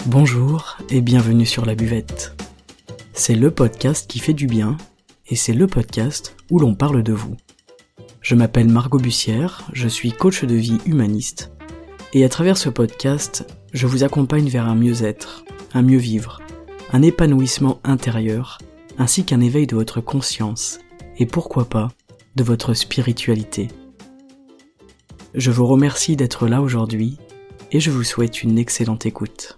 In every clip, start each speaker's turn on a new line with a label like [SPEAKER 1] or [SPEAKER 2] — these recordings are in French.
[SPEAKER 1] Bonjour et bienvenue sur La Buvette. C'est le podcast qui fait du bien et c'est le podcast où l'on parle de vous. Je m'appelle Margot Bussière, je suis coach de vie humaniste et à travers ce podcast, je vous accompagne vers un mieux-être, un mieux vivre, un épanouissement intérieur ainsi qu'un éveil de votre conscience et pourquoi pas de votre spiritualité. Je vous remercie d'être là aujourd'hui et je vous souhaite une excellente écoute.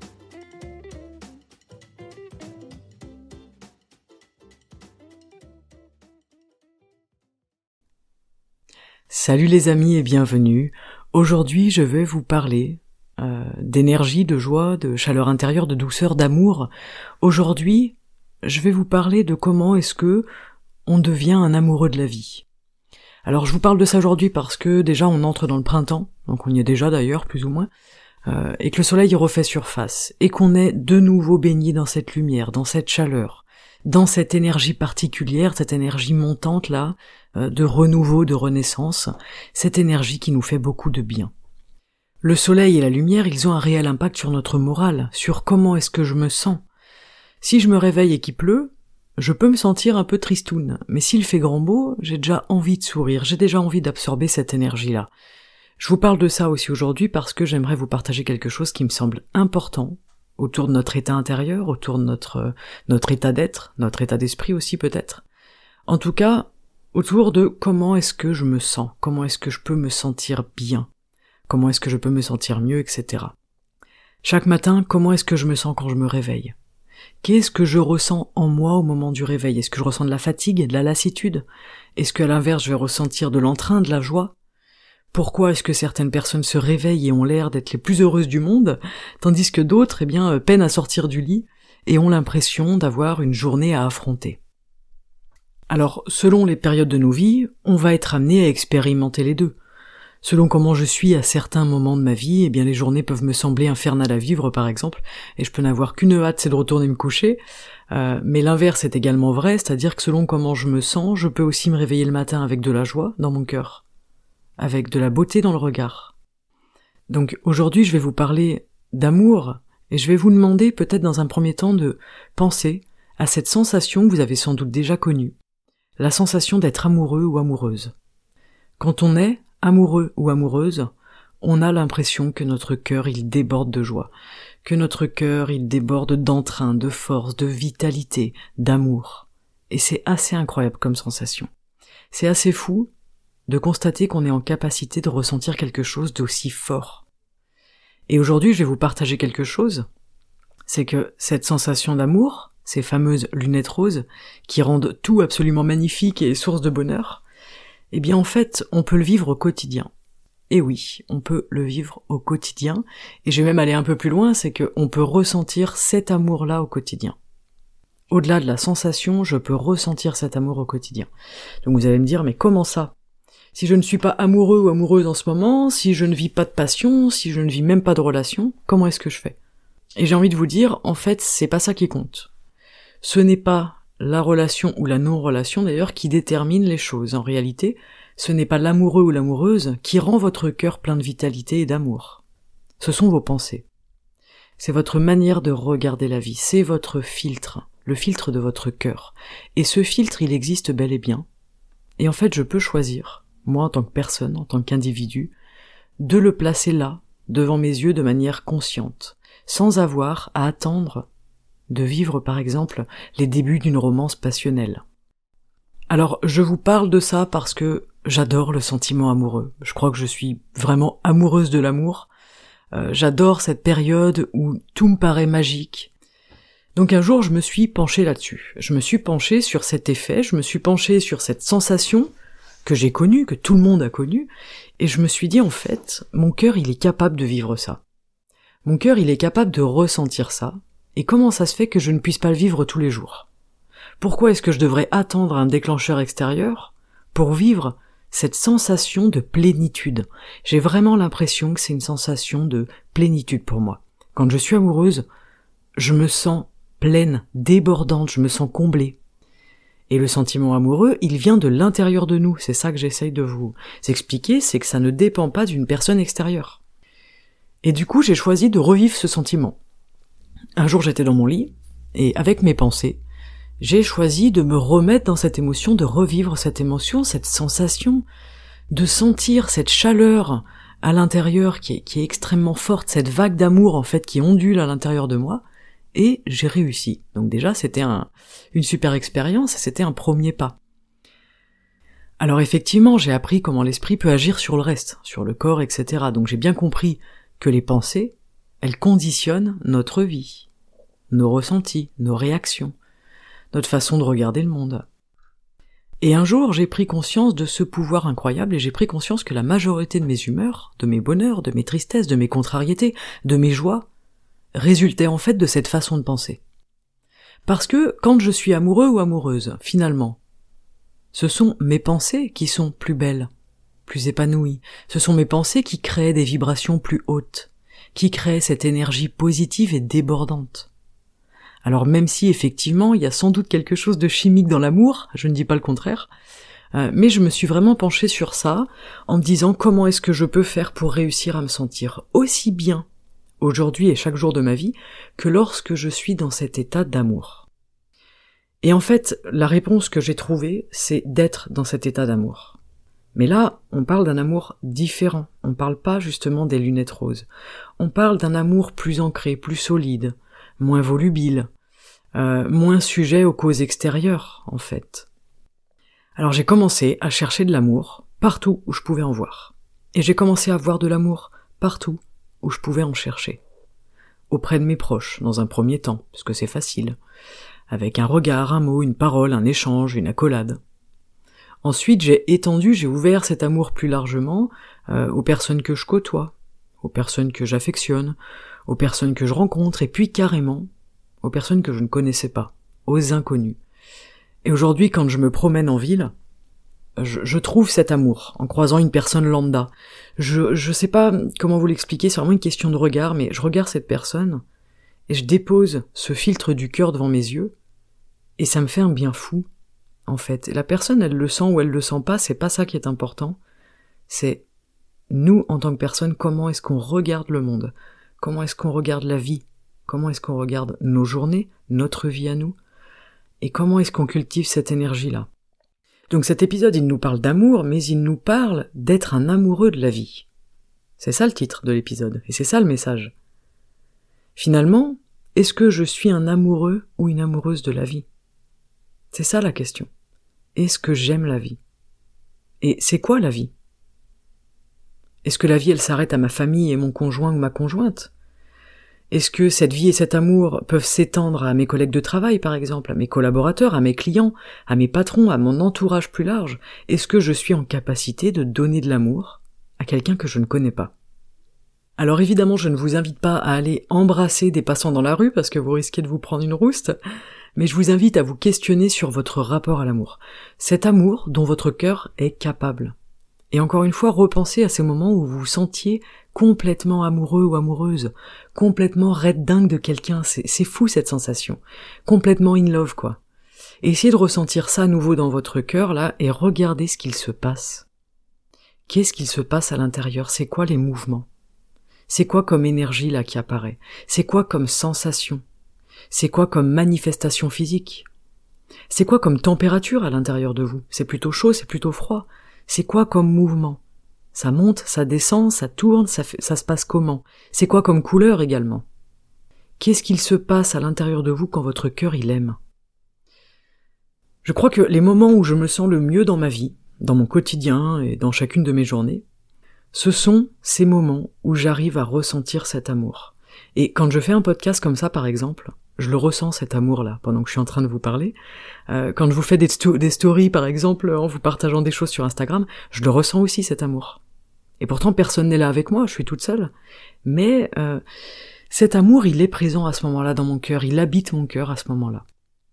[SPEAKER 1] Salut les amis et bienvenue. Aujourd'hui je vais vous parler d'énergie, de joie, de chaleur intérieure, de douceur, d'amour. Aujourd'hui je vais vous parler de comment est-ce que on devient un amoureux de la vie. Alors je vous parle de ça aujourd'hui parce que déjà on entre dans le printemps, donc on y est déjà d'ailleurs plus ou moins, et que le soleil refait surface, et qu'on est de nouveau baigné dans cette lumière, dans cette chaleur, dans cette énergie particulière, cette énergie montante là, de renouveau, de renaissance, cette énergie qui nous fait beaucoup de bien. Le soleil et la lumière, ils ont un réel impact sur notre morale, sur comment est-ce que je me sens. Si je me réveille et qu'il pleut, je peux me sentir un peu tristoune, mais s'il fait grand beau, j'ai déjà envie de sourire, j'ai déjà envie d'absorber cette énergie-là. Je vous parle de ça aussi aujourd'hui parce que j'aimerais vous partager quelque chose qui me semble important, autour de notre état intérieur, autour de notre état d'être, notre état d'esprit aussi peut-être. En tout cas, autour de comment est-ce que je me sens, comment est-ce que je peux me sentir bien, comment est-ce que je peux me sentir mieux, etc. Chaque matin, comment est-ce que je me sens quand je me réveille ? Qu'est-ce que je ressens en moi au moment du réveil ? Est-ce que je ressens de la fatigue, de la lassitude ? Est-ce qu'à l'inverse, je vais ressentir de l'entrain, de la joie ? Pourquoi est-ce que certaines personnes se réveillent et ont l'air d'être les plus heureuses du monde, tandis que d'autres, peinent à sortir du lit et ont l'impression d'avoir une journée à affronter ? Alors, selon les périodes de nos vies, on va être amené à expérimenter les deux. Selon comment je suis à certains moments de ma vie, les journées peuvent me sembler infernales à vivre, par exemple, et je peux n'avoir qu'une hâte, c'est de retourner me coucher. Mais l'inverse est également vrai, c'est-à-dire que selon comment je me sens, je peux aussi me réveiller le matin avec de la joie dans mon cœur, avec de la beauté dans le regard. Donc aujourd'hui, je vais vous parler d'amour, et je vais vous demander peut-être dans un premier temps de penser à cette sensation que vous avez sans doute déjà connue, la sensation d'être amoureux ou amoureuse. Quand on est amoureux ou amoureuse, on a l'impression que notre cœur il déborde de joie, que notre cœur il déborde d'entrain, de force, de vitalité, d'amour. Et c'est assez incroyable comme sensation. C'est assez fou de constater qu'on est en capacité de ressentir quelque chose d'aussi fort. Et aujourd'hui, je vais vous partager quelque chose, c'est que cette sensation d'amour, ces fameuses lunettes roses, qui rendent tout absolument magnifique et source de bonheur, en fait, on peut le vivre au quotidien. Et oui, on peut le vivre au quotidien, et je vais même aller un peu plus loin, c'est qu'on peut ressentir cet amour-là au quotidien. Au-delà de la sensation, je peux ressentir cet amour au quotidien. Donc vous allez me dire, mais comment ça ? Si je ne suis pas amoureux ou amoureuse en ce moment, si je ne vis pas de passion, si je ne vis même pas de relation, comment est-ce que je fais ? Et j'ai envie de vous dire, en fait, c'est pas ça qui compte. Ce n'est pas la relation ou la non-relation d'ailleurs qui détermine les choses. En réalité, ce n'est pas l'amoureux ou l'amoureuse qui rend votre cœur plein de vitalité et d'amour. Ce sont vos pensées. C'est votre manière de regarder la vie, c'est votre filtre, le filtre de votre cœur. Et ce filtre, il existe bel et bien. Et en fait, je peux choisir, moi en tant que personne, en tant qu'individu, de le placer là, devant mes yeux de manière consciente, sans avoir à attendre de vivre par exemple les débuts d'une romance passionnelle. Alors je vous parle de ça parce que j'adore le sentiment amoureux, je crois que je suis vraiment amoureuse de l'amour, j'adore cette période où tout me paraît magique. Donc un jour je me suis penchée là-dessus, je me suis penchée sur cet effet, je me suis penchée sur cette sensation que j'ai connue, que tout le monde a connue, et je me suis dit en fait, mon cœur il est capable de vivre ça. Mon cœur il est capable de ressentir ça. Et comment ça se fait que je ne puisse pas le vivre tous les jours ? Pourquoi est-ce que je devrais attendre un déclencheur extérieur pour vivre cette sensation de plénitude ? J'ai vraiment l'impression que c'est une sensation de plénitude pour moi. Quand je suis amoureuse, je me sens pleine, débordante, je me sens comblée. Et le sentiment amoureux, il vient de l'intérieur de nous, c'est ça que j'essaye de vous expliquer, c'est que ça ne dépend pas d'une personne extérieure. Et du coup, j'ai choisi de revivre ce sentiment. Un jour j'étais dans mon lit, et avec mes pensées, j'ai choisi de me remettre dans cette émotion, de revivre cette émotion, cette sensation, de sentir cette chaleur à l'intérieur qui est extrêmement forte, cette vague d'amour en fait qui ondule à l'intérieur de moi, et j'ai réussi. Donc déjà c'était une super expérience, c'était un premier pas. Alors effectivement j'ai appris comment l'esprit peut agir sur le reste, sur le corps, etc. Donc j'ai bien compris que les pensées, elles conditionnent notre vie, nos ressentis, nos réactions, notre façon de regarder le monde. Et un jour, j'ai pris conscience de ce pouvoir incroyable et j'ai pris conscience que la majorité de mes humeurs, de mes bonheurs, de mes tristesses, de mes contrariétés, de mes joies, résultaient en fait de cette façon de penser. Parce que quand je suis amoureux ou amoureuse, finalement, ce sont mes pensées qui sont plus belles, plus épanouies. Ce sont mes pensées qui créent des vibrations plus hautes, qui créent cette énergie positive et débordante. Alors même si effectivement il y a sans doute quelque chose de chimique dans l'amour, je ne dis pas le contraire, mais je me suis vraiment penchée sur ça en me disant comment est-ce que je peux faire pour réussir à me sentir aussi bien aujourd'hui et chaque jour de ma vie que lorsque je suis dans cet état d'amour. Et en fait, la réponse que j'ai trouvée, c'est d'être dans cet état d'amour. Mais là, on parle d'un amour différent, on parle pas justement des lunettes roses, on parle d'un amour plus ancré, plus solide, moins volubile, moins sujet aux causes extérieures, en fait. Alors j'ai commencé à chercher de l'amour partout où je pouvais en voir. Et j'ai commencé à voir de l'amour partout où je pouvais en chercher. Auprès de mes proches, dans un premier temps, parce que c'est facile. Avec un regard, un mot, une parole, un échange, une accolade. Ensuite j'ai ouvert cet amour plus largement aux personnes que je côtoie, aux personnes que j'affectionne, aux personnes que je rencontre, et puis carrément aux personnes que je ne connaissais pas, aux inconnus. Et aujourd'hui, quand je me promène en ville, je trouve cet amour en croisant une personne lambda. Je sais pas comment vous l'expliquer, c'est vraiment une question de regard, mais je regarde cette personne et je dépose ce filtre du cœur devant mes yeux et ça me fait un bien fou, en fait. Et la personne, elle le sent ou elle le sent pas, c'est pas ça qui est important. C'est nous, en tant que personne, comment est-ce qu'on regarde le monde? Comment est-ce qu'on regarde la vie? Comment est-ce qu'on regarde nos journées, notre vie à nous? Et comment est-ce qu'on cultive cette énergie-là? Donc cet épisode, il nous parle d'amour, mais il nous parle d'être un amoureux de la vie. C'est ça le titre de l'épisode, et c'est ça le message. Finalement, est-ce que je suis un amoureux ou une amoureuse de la vie? C'est ça la question. Est-ce que j'aime la vie? Et c'est quoi la vie? Est-ce que la vie, elle s'arrête à ma famille et mon conjoint ou ma conjointe? Est-ce que cette vie et cet amour peuvent s'étendre à mes collègues de travail, par exemple, à mes collaborateurs, à mes clients, à mes patrons, à mon entourage plus large? Est-ce que je suis en capacité de donner de l'amour à quelqu'un que je ne connais pas? Alors évidemment, je ne vous invite pas à aller embrasser des passants dans la rue parce que vous risquez de vous prendre une rouste, mais je vous invite à vous questionner sur votre rapport à l'amour. Cet amour dont votre cœur est capable. Et encore une fois, repensez à ces moments où vous vous sentiez complètement amoureux ou amoureuse, complètement red dingue de quelqu'un, c'est fou cette sensation, complètement in love quoi. Et essayez de ressentir ça à nouveau dans votre cœur là, et regardez ce qu'il se passe. Qu'est-ce qu'il se passe à l'intérieur? C'est quoi les mouvements? C'est quoi comme énergie là qui apparaît? C'est quoi comme sensation? C'est quoi comme manifestation physique? C'est quoi comme température à l'intérieur de vous? C'est plutôt chaud, c'est plutôt froid? C'est quoi comme mouvement? Ça monte, ça descend, ça tourne, ça se passe comment? C'est quoi comme couleur également? Qu'est-ce qu'il se passe à l'intérieur de vous quand votre cœur il aime? Je crois que les moments où je me sens le mieux dans ma vie, dans mon quotidien et dans chacune de mes journées, ce sont ces moments où j'arrive à ressentir cet amour. Et quand je fais un podcast comme ça par exemple, je le ressens cet amour-là pendant que je suis en train de vous parler. Quand je vous fais des stories par exemple en vous partageant des choses sur Instagram, je le ressens aussi cet amour. Et pourtant personne n'est là avec moi, je suis toute seule. Mais cet amour il est présent à ce moment-là dans mon cœur, il habite mon cœur à ce moment-là.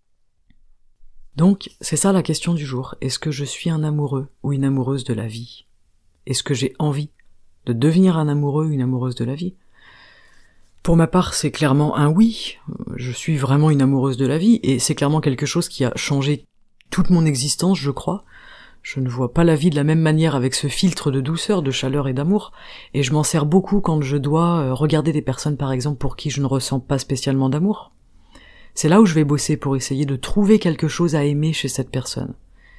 [SPEAKER 1] Donc c'est ça la question du jour, est-ce que je suis un amoureux ou une amoureuse de la vie? Est-ce que j'ai envie de devenir un amoureux ou une amoureuse de la vie? Pour ma part, c'est clairement un oui. Je suis vraiment une amoureuse de la vie, et c'est clairement quelque chose qui a changé toute mon existence, je crois. Je ne vois pas la vie de la même manière avec ce filtre de douceur, de chaleur et d'amour, et je m'en sers beaucoup quand je dois regarder des personnes par exemple pour qui je ne ressens pas spécialement d'amour. C'est là où je vais bosser pour essayer de trouver quelque chose à aimer chez cette personne.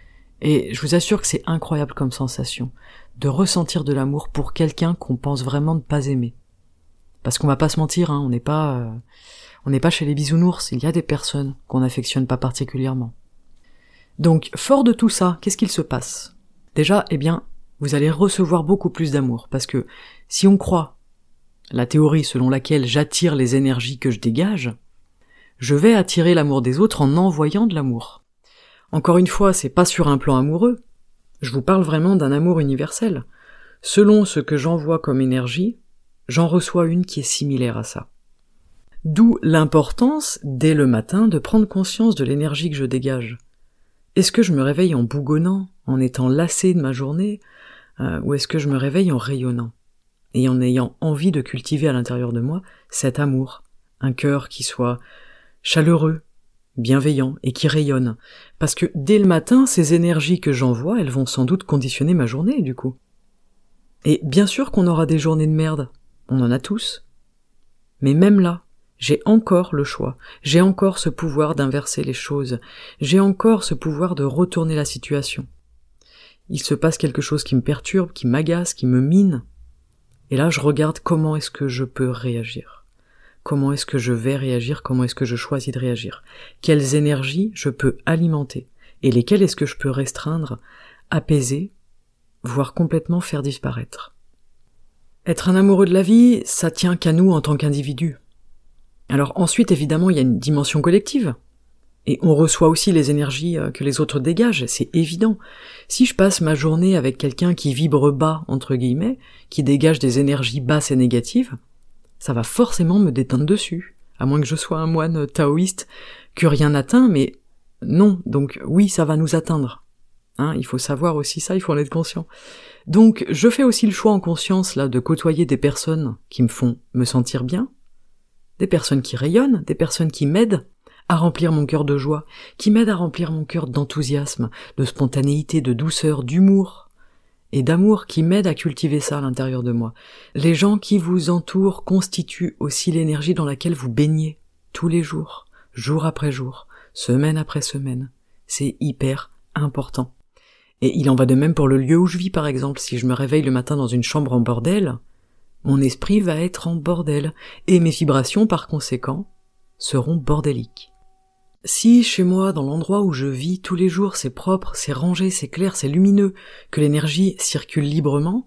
[SPEAKER 1] Et je vous assure que c'est incroyable comme sensation, de ressentir de l'amour pour quelqu'un qu'on pense vraiment ne pas aimer. Parce qu'on va pas se mentir, on n'est pas chez les bisounours, il y a des personnes qu'on n'affectionne pas particulièrement. Donc, fort de tout ça, qu'est-ce qu'il se passe ? Déjà, vous allez recevoir beaucoup plus d'amour, parce que si on croit la théorie selon laquelle j'attire les énergies que je dégage, je vais attirer l'amour des autres en envoyant de l'amour. Encore une fois, c'est pas sur un plan amoureux, je vous parle vraiment d'un amour universel. Selon ce que j'envoie comme énergie, j'en reçois une qui est similaire à ça. D'où l'importance, dès le matin, de prendre conscience de l'énergie que je dégage. Est-ce que je me réveille en bougonnant, en étant lassé de ma journée, ou est-ce que je me réveille en rayonnant, et en ayant envie de cultiver à l'intérieur de moi cet amour, un cœur qui soit chaleureux, bienveillant et qui rayonne. Parce que dès le matin, ces énergies que j'envoie, elles vont sans doute conditionner ma journée, du coup. Et bien sûr qu'on aura des journées de merde, on en a tous. Mais même là, j'ai encore le choix, j'ai encore ce pouvoir d'inverser les choses, j'ai encore ce pouvoir de retourner la situation. Il se passe quelque chose qui me perturbe, qui m'agace, qui me mine, et là je regarde comment est-ce que je peux réagir. Comment est-ce que je vais réagir, comment est-ce que je choisis de réagir. Quelles énergies je peux alimenter, et lesquelles est-ce que je peux restreindre, apaiser, voire complètement faire disparaître. Être un amoureux de la vie, ça tient qu'à nous en tant qu'individus. Alors ensuite, évidemment, il y a une dimension collective. Et on reçoit aussi les énergies que les autres dégagent, c'est évident. Si je passe ma journée avec quelqu'un qui vibre bas, entre guillemets, qui dégage des énergies basses et négatives, ça va forcément me déteindre dessus. À moins que je sois un moine taoïste que rien n'atteint, mais non, donc oui, ça va nous atteindre. Il faut savoir aussi ça, il faut en être conscient. Donc je fais aussi le choix en conscience là de côtoyer des personnes qui me font me sentir bien, des personnes qui rayonnent, des personnes qui m'aident à remplir mon cœur de joie, qui m'aident à remplir mon cœur d'enthousiasme, de spontanéité, de douceur, d'humour et d'amour, qui m'aident à cultiver ça à l'intérieur de moi. Les gens qui vous entourent constituent aussi l'énergie dans laquelle vous baignez tous les jours, jour après jour, semaine après semaine. C'est hyper important. Et il en va de même pour le lieu où je vis, par exemple. Si je me réveille le matin dans une chambre en bordel, mon esprit va être en bordel, et mes vibrations, par conséquent, seront bordéliques. Si, chez moi, dans l'endroit où je vis tous les jours, c'est propre, c'est rangé, c'est clair, c'est lumineux, que l'énergie circule librement,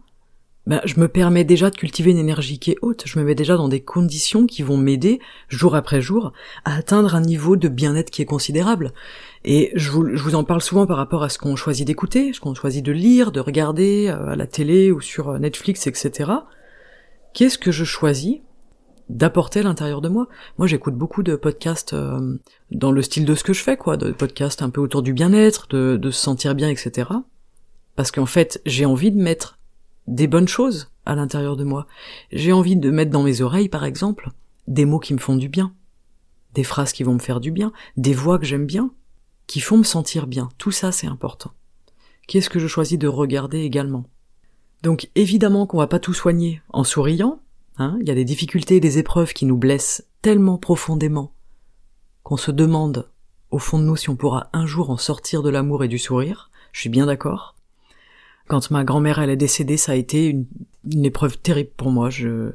[SPEAKER 1] je me permets déjà de cultiver une énergie qui est haute, je me mets déjà dans des conditions qui vont m'aider, jour après jour, à atteindre un niveau de bien-être qui est considérable. Et je vous en parle souvent par rapport à ce qu'on choisit d'écouter, ce qu'on choisit de lire, de regarder à la télé ou sur Netflix, etc. Qu'est-ce que je choisis d'apporter à l'intérieur de moi ? Moi, j'écoute beaucoup de podcasts dans le style de ce que je fais, de podcasts un peu autour du bien-être, de se sentir bien, etc. Parce qu'en fait, j'ai envie de mettre des bonnes choses à l'intérieur de moi. J'ai envie de mettre dans mes oreilles, par exemple, des mots qui me font du bien, des phrases qui vont me faire du bien, des voix que j'aime bien, qui font me sentir bien. Tout ça, c'est important. Qu'est-ce que je choisis de regarder également ? Donc, évidemment qu'on va pas tout soigner en souriant. Il y a des difficultés et des épreuves qui nous blessent tellement profondément qu'on se demande, au fond de nous, si on pourra un jour en sortir de l'amour et du sourire. Je suis bien d'accord. Quand ma grand-mère elle est décédée, ça a été une épreuve terrible pour moi.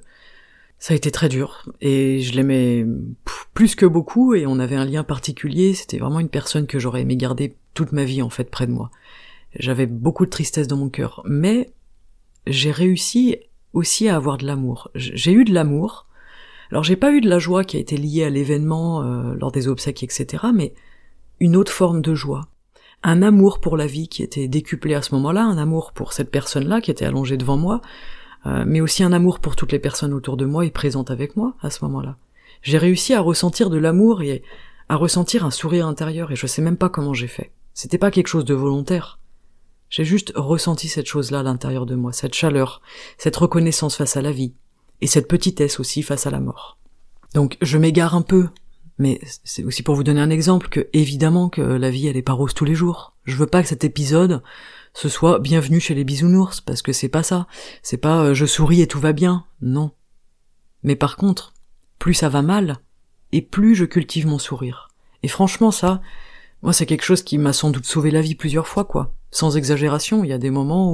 [SPEAKER 1] Ça a été très dur et je l'aimais plus que beaucoup et on avait un lien particulier. C'était vraiment une personne que j'aurais aimé garder toute ma vie en fait près de moi. J'avais beaucoup de tristesse dans mon cœur, mais j'ai réussi aussi à avoir de l'amour. J'ai eu de l'amour. Alors j'ai pas eu de la joie qui a été liée à l'événement lors des obsèques, etc., mais une autre forme de joie. Un amour pour la vie qui était décuplé à ce moment-là, un amour pour cette personne-là qui était allongée devant moi, mais aussi un amour pour toutes les personnes autour de moi et présentes avec moi à ce moment-là. J'ai réussi à ressentir de l'amour et à ressentir un sourire intérieur et je sais même pas comment j'ai fait. C'était pas quelque chose de volontaire. J'ai juste ressenti cette chose-là à l'intérieur de moi, cette chaleur, cette reconnaissance face à la vie, et cette petitesse aussi face à la mort. Donc je m'égare un peu, mais c'est aussi pour vous donner un exemple que, évidemment, que la vie elle est pas rose tous les jours. Je veux pas que cet épisode ce soit bienvenue chez les bisounours, parce que c'est pas ça. C'est pas je souris et tout va bien, non. Mais par contre, plus ça va mal, et plus je cultive mon sourire. Et franchement ça, moi c'est quelque chose qui m'a sans doute sauvé la vie plusieurs fois, quoi. Sans exagération, il y a des moments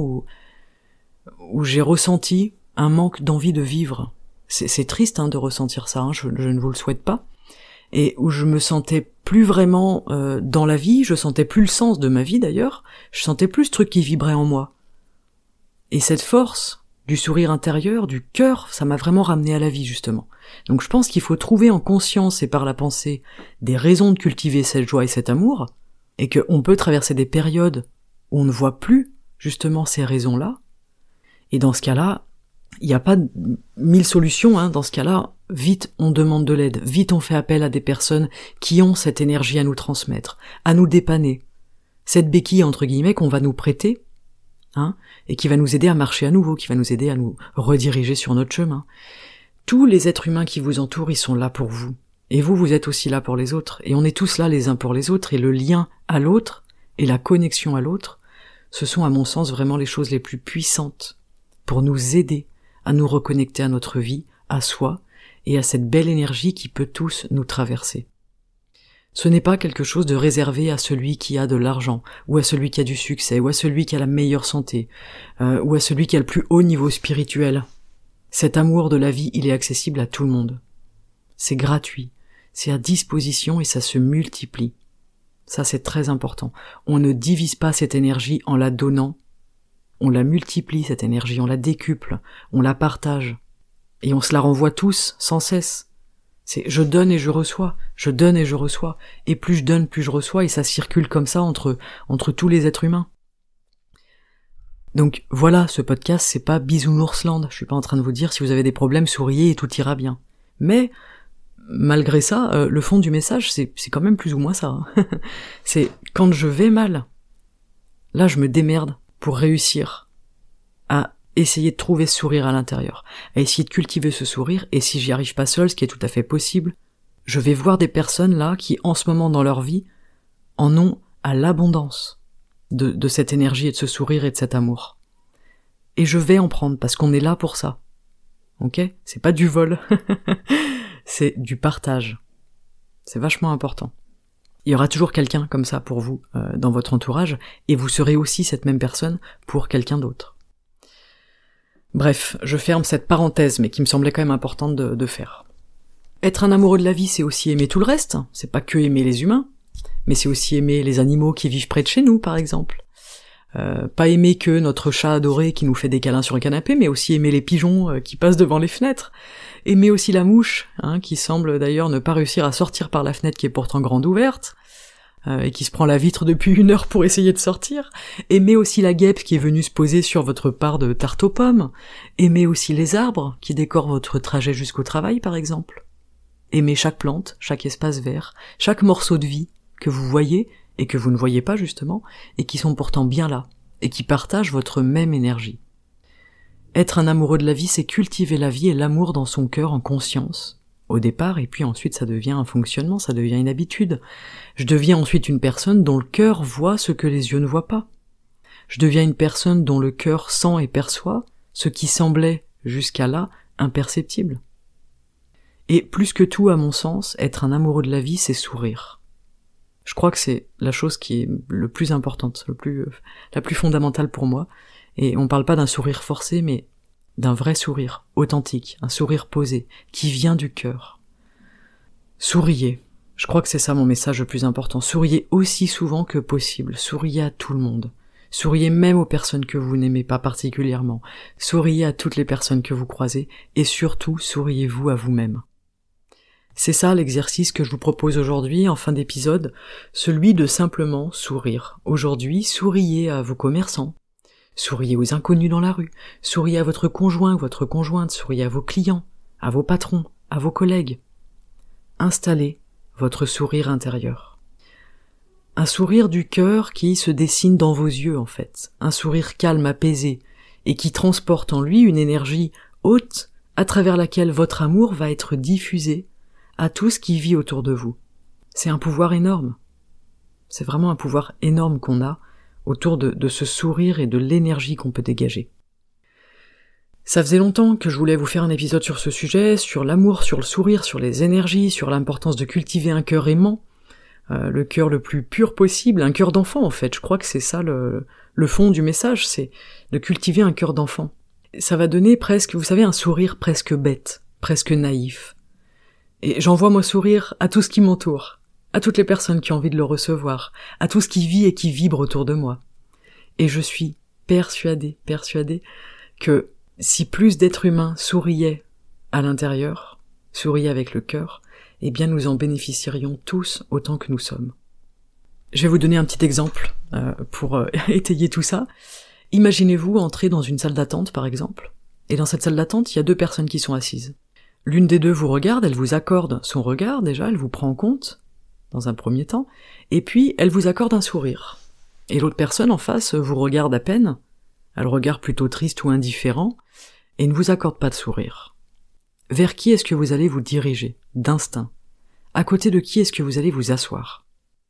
[SPEAKER 1] où j'ai ressenti un manque d'envie de vivre. C'est triste de ressentir ça, je ne vous le souhaite pas. Et où je me sentais plus vraiment dans la vie, je sentais plus le sens de ma vie d'ailleurs, je sentais plus ce truc qui vibrait en moi. Et cette force du sourire intérieur, du cœur, ça m'a vraiment ramené à la vie justement. Donc je pense qu'il faut trouver en conscience et par la pensée des raisons de cultiver cette joie et cet amour, et qu'on peut traverser des périodes où on ne voit plus justement ces raisons-là, et dans ce cas-là, il n'y a pas 1000 solutions, dans ce cas-là, vite on demande de l'aide, vite on fait appel à des personnes qui ont cette énergie à nous transmettre, à nous dépanner. Cette béquille, entre guillemets, qu'on va nous prêter, et qui va nous aider à marcher à nouveau, qui va nous aider à nous rediriger sur notre chemin. Tous les êtres humains qui vous entourent, ils sont là pour vous. Et vous, vous êtes aussi là pour les autres. Et on est tous là les uns pour les autres, et le lien à l'autre, et la connexion à l'autre, ce sont à mon sens vraiment les choses les plus puissantes pour nous aider à nous reconnecter à notre vie, à soi, et à cette belle énergie qui peut tous nous traverser. Ce n'est pas quelque chose de réservé à celui qui a de l'argent, ou à celui qui a du succès, ou à celui qui a la meilleure santé, ou à celui qui a le plus haut niveau spirituel. Cet amour de la vie, il est accessible à tout le monde. C'est gratuit, c'est à disposition et ça se multiplie. Ça, c'est très important. On ne divise pas cette énergie en la donnant, on la multiplie cette énergie, on la décuple, on la partage, et on se la renvoie tous, sans cesse. C'est je donne et je reçois, je donne et je reçois, et plus je donne, plus je reçois, et ça circule comme ça entre tous les êtres humains. Donc voilà, ce podcast, c'est pas Bisounoursland, je suis pas en train de vous dire si vous avez des problèmes, souriez et tout ira bien. Mais, malgré ça, le fond du message, c'est quand même plus ou moins ça. C'est quand je vais mal, là je me démerde pour réussir à essayer de trouver ce sourire à l'intérieur, à essayer de cultiver ce sourire, et si j'y arrive pas seul, ce qui est tout à fait possible, je vais voir des personnes là qui, en ce moment dans leur vie, en ont à l'abondance de cette énergie et de ce sourire et de cet amour. Et je vais en prendre, parce qu'on est là pour ça. Ok ? C'est pas du vol, c'est du partage. C'est vachement important. Il y aura toujours quelqu'un comme ça pour vous dans votre entourage, et vous serez aussi cette même personne pour quelqu'un d'autre. Bref, je ferme cette parenthèse, mais qui me semblait quand même importante de faire. Être un amoureux de la vie, c'est aussi aimer tout le reste, c'est pas que aimer les humains, mais c'est aussi aimer les animaux qui vivent près de chez nous, par exemple. Pas aimer que notre chat adoré qui nous fait des câlins sur le canapé, mais aussi aimer les pigeons qui passent devant les fenêtres. Aimer aussi la mouche, qui semble d'ailleurs ne pas réussir à sortir par la fenêtre qui est pourtant grande ouverte, et qui se prend la vitre depuis 1 heure pour essayer de sortir. Aimer aussi la guêpe qui est venue se poser sur votre part de tarte aux pommes. Aimer aussi les arbres qui décorent votre trajet jusqu'au travail, par exemple. Aimer chaque plante, chaque espace vert, chaque morceau de vie que vous voyez et que vous ne voyez pas justement, et qui sont pourtant bien là, et qui partagent votre même énergie. Être un amoureux de la vie, c'est cultiver la vie et l'amour dans son cœur en conscience, au départ, et puis ensuite ça devient un fonctionnement, ça devient une habitude. Je deviens ensuite une personne dont le cœur voit ce que les yeux ne voient pas. Je deviens une personne dont le cœur sent et perçoit ce qui semblait, jusqu'à là, imperceptible. Et plus que tout, à mon sens, être un amoureux de la vie, c'est sourire. Je crois que c'est la chose qui est le plus importante, la plus fondamentale pour moi. Et on parle pas d'un sourire forcé, mais d'un vrai sourire, authentique, un sourire posé, qui vient du cœur. Souriez. Je crois que c'est ça mon message le plus important. Souriez aussi souvent que possible. Souriez à tout le monde. Souriez même aux personnes que vous n'aimez pas particulièrement. Souriez à toutes les personnes que vous croisez. Et surtout, souriez-vous à vous-même. C'est ça l'exercice que je vous propose aujourd'hui en fin d'épisode, celui de simplement sourire. Aujourd'hui, souriez à vos commerçants, souriez aux inconnus dans la rue, souriez à votre conjoint ou votre conjointe, souriez à vos clients, à vos patrons, à vos collègues. Installez votre sourire intérieur. Un sourire du cœur qui se dessine dans vos yeux en fait, un sourire calme, apaisé, et qui transporte en lui une énergie haute à travers laquelle votre amour va être diffusé à tout ce qui vit autour de vous. C'est un pouvoir énorme. C'est vraiment un pouvoir énorme qu'on a autour de ce sourire et de l'énergie qu'on peut dégager. Ça faisait longtemps que je voulais vous faire un épisode sur ce sujet, sur l'amour, sur le sourire, sur les énergies, sur l'importance de cultiver un cœur aimant, le cœur le plus pur possible, un cœur d'enfant en fait. Je crois que c'est ça le fond du message, c'est de cultiver un cœur d'enfant. Ça va donner presque, vous savez, un sourire presque bête, presque naïf. Et j'envoie mon sourire à tout ce qui m'entoure, à toutes les personnes qui ont envie de le recevoir, à tout ce qui vit et qui vibre autour de moi. Et je suis persuadée que si plus d'êtres humains souriaient à l'intérieur, souriaient avec le cœur, eh bien nous en bénéficierions tous autant que nous sommes. Je vais vous donner un petit exemple pour étayer tout ça. Imaginez-vous entrer dans une salle d'attente par exemple, et dans cette salle d'attente il y a 2 personnes qui sont assises. L'une des 2 vous regarde, elle vous accorde son regard déjà, elle vous prend en compte, dans un premier temps, et puis elle vous accorde un sourire. Et l'autre personne en face vous regarde à peine, a le regard plutôt triste ou indifférent, et ne vous accorde pas de sourire. Vers qui est-ce que vous allez vous diriger, d'instinct? À côté de qui est-ce que vous allez vous asseoir?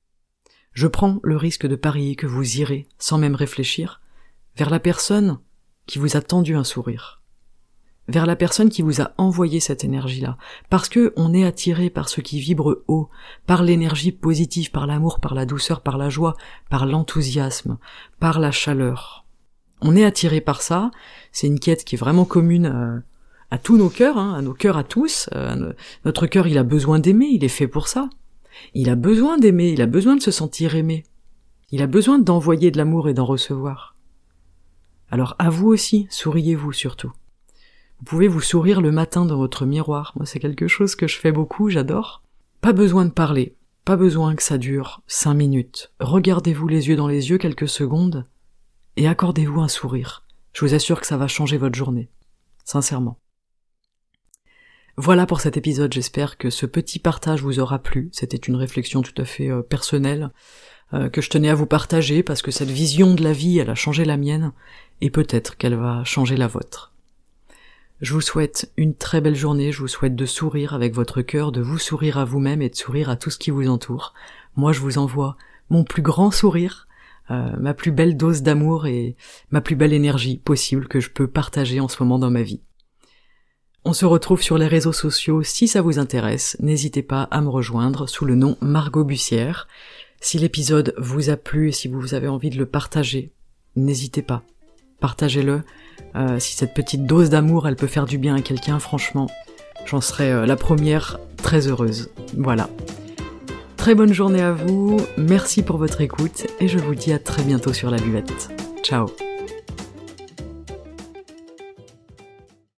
[SPEAKER 1] Je prends le risque de parier que vous irez, sans même réfléchir, vers la personne qui vous a tendu un sourire, vers la personne qui vous a envoyé cette énergie-là, parce que on est attiré par ce qui vibre haut, par l'énergie positive, par l'amour, par la douceur, par la joie, par l'enthousiasme, par la chaleur. On est attiré par ça, c'est une quête qui est vraiment commune à tous nos cœurs, à nos cœurs à tous. Notre cœur, il a besoin d'aimer, il est fait pour ça. Il a besoin d'aimer, il a besoin de se sentir aimé. Il a besoin d'envoyer de l'amour et d'en recevoir. Alors à vous aussi, souriez-vous surtout. Vous pouvez vous sourire le matin dans votre miroir, moi c'est quelque chose que je fais beaucoup, j'adore. Pas besoin de parler, pas besoin que ça dure 5 minutes. Regardez-vous les yeux dans les yeux quelques secondes, et accordez-vous un sourire. Je vous assure que ça va changer votre journée. Sincèrement. Voilà pour cet épisode, j'espère que ce petit partage vous aura plu. C'était une réflexion tout à fait personnelle, que je tenais à vous partager, parce que cette vision de la vie, elle a changé la mienne, et peut-être qu'elle va changer la vôtre. Je vous souhaite une très belle journée, je vous souhaite de sourire avec votre cœur, de vous sourire à vous-même et de sourire à tout ce qui vous entoure. Moi, je vous envoie mon plus grand sourire, ma plus belle dose d'amour et ma plus belle énergie possible que je peux partager en ce moment dans ma vie. On se retrouve sur les réseaux sociaux, si ça vous intéresse, n'hésitez pas à me rejoindre sous le nom Margot Bussière. Si l'épisode vous a plu et si vous avez envie de le partager, n'hésitez pas, partagez-le. Si cette petite dose d'amour, elle peut faire du bien à quelqu'un, franchement, j'en serai la première très heureuse. Voilà. Très bonne journée à vous, merci pour votre écoute et je vous dis à très bientôt sur la buvette. Ciao.